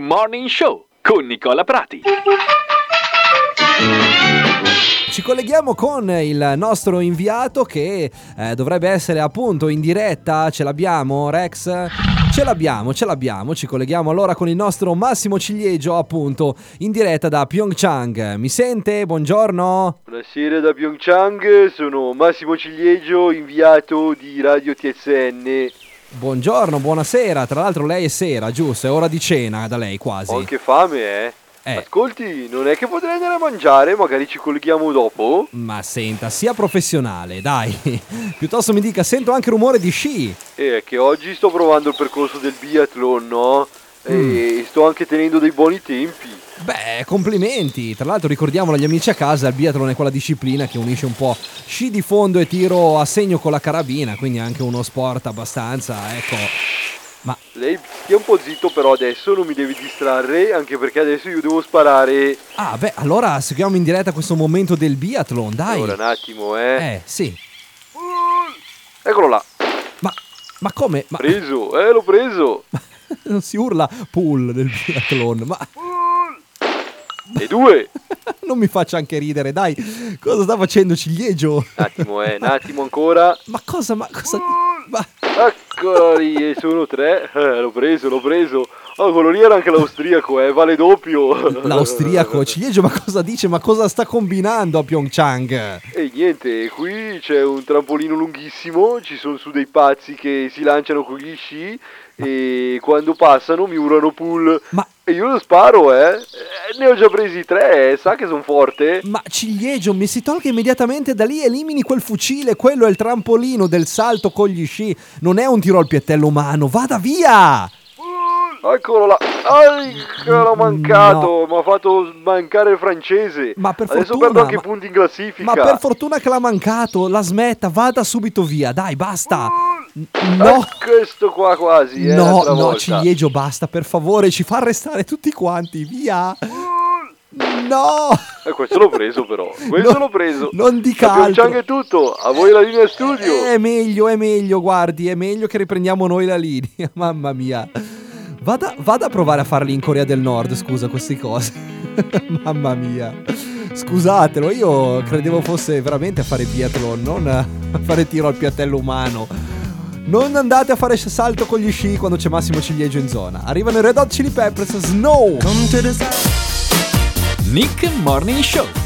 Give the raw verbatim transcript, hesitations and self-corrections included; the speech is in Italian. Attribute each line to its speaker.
Speaker 1: Morning Show con Nicola Prati.
Speaker 2: Ci colleghiamo con il nostro inviato che eh, dovrebbe essere appunto in diretta. Ce l'abbiamo, Rex? Ce l'abbiamo, ce l'abbiamo. Ci colleghiamo allora con il nostro Massimo Ciliegio, appunto in diretta da Pyeongchang. Mi sente? Buongiorno.
Speaker 3: Buonasera da Pyeongchang, sono Massimo Ciliegio, inviato di Radio T S N.
Speaker 2: Buongiorno, buonasera. Tra l'altro lei è sera, giusto? È ora di cena da lei quasi.
Speaker 3: Ho anche fame, eh?
Speaker 2: Eh.
Speaker 3: Ascolti, non è che potrei andare a mangiare? Magari ci colleghiamo dopo?
Speaker 2: Ma senta, sia professionale, dai. Piuttosto mi dica, sento anche rumore di sci.
Speaker 3: Eh, che oggi sto provando il percorso del biathlon, no?
Speaker 2: Mm.
Speaker 3: E sto anche tenendo dei buoni tempi.
Speaker 2: Beh, complimenti. Tra l'altro ricordiamolo agli amici a casa, il biathlon è quella disciplina che unisce un po' sci di fondo e tiro a segno con la carabina, quindi è anche uno sport abbastanza, ecco. Ma
Speaker 3: Lei stia un po' zitto però adesso, non mi devi distrarre, anche perché adesso io devo sparare.
Speaker 2: ah, beh, allora seguiamo in diretta questo momento del biathlon, dai.
Speaker 3: Ora un attimo, eh.
Speaker 2: Eh, sì.
Speaker 3: Eccolo là,
Speaker 2: Ma ma come? Ma
Speaker 3: preso, eh, l'ho preso.
Speaker 2: non si urla pool del biathlon, ma
Speaker 3: E due.
Speaker 2: non mi faccia anche ridere, dai. Cosa sta facendo Ciliegio?
Speaker 3: Un attimo, eh, un attimo ancora.
Speaker 2: Ma cosa, ma cosa? Ma
Speaker 3: Eccolo lì, e sono tre. Eh, l'ho preso, l'ho preso. Oh, quello lì era anche l'austriaco, eh, vale doppio.
Speaker 2: l'austriaco Ciliegio, ma cosa dice? Ma cosa sta combinando a Pyeongchang?
Speaker 3: E niente, qui c'è un trampolino lunghissimo, ci sono su dei pazzi che si lanciano con gli sci e quando passano mi urlano pull.
Speaker 2: Ma
Speaker 3: E io lo sparo, eh. Eh, Ne ho già presi tre, eh. Sa che sono forte?
Speaker 2: Ma Ciliegio, mi si tolga immediatamente da lì, elimini quel fucile, quello è il trampolino del salto con gli sci, non è un tiro al piattello umano, vada via!
Speaker 3: Eccolo là. Ai, che l'ho mancato. Mi ha fatto mancare il francese.
Speaker 2: Ma per
Speaker 3: Adesso
Speaker 2: fortuna,
Speaker 3: perdo anche
Speaker 2: ma-
Speaker 3: i punti in classifica.
Speaker 2: Ma per fortuna che l'ha mancato, la smetta, vada subito via, dai, basta! N- No!
Speaker 3: Eh, questo qua quasi, eh,
Speaker 2: No,
Speaker 3: l'altra
Speaker 2: no,
Speaker 3: volta.
Speaker 2: Ciliegio, basta, per favore, ci fa arrestare tutti quanti, via! No!
Speaker 3: Eh, questo l'ho preso però. Questo
Speaker 2: No,
Speaker 3: l'ho preso.
Speaker 2: non dica
Speaker 3: Da Pyeongchang
Speaker 2: altro.
Speaker 3: è tutto. A voi la linea studio.
Speaker 2: È meglio, è meglio, guardi, è meglio che riprendiamo noi la linea, mamma mia. Vada, vada a provare a farli in Corea del Nord, scusa, queste cose. Mamma mia. Scusatelo, io credevo fosse veramente a fare biathlon, non a fare tiro al piattello umano. Non andate a fare salto con gli sci quando c'è Massimo Ciliegio in zona. Arrivano i Red Hot Chili Peppers, Snow.
Speaker 1: Nick Morning Show.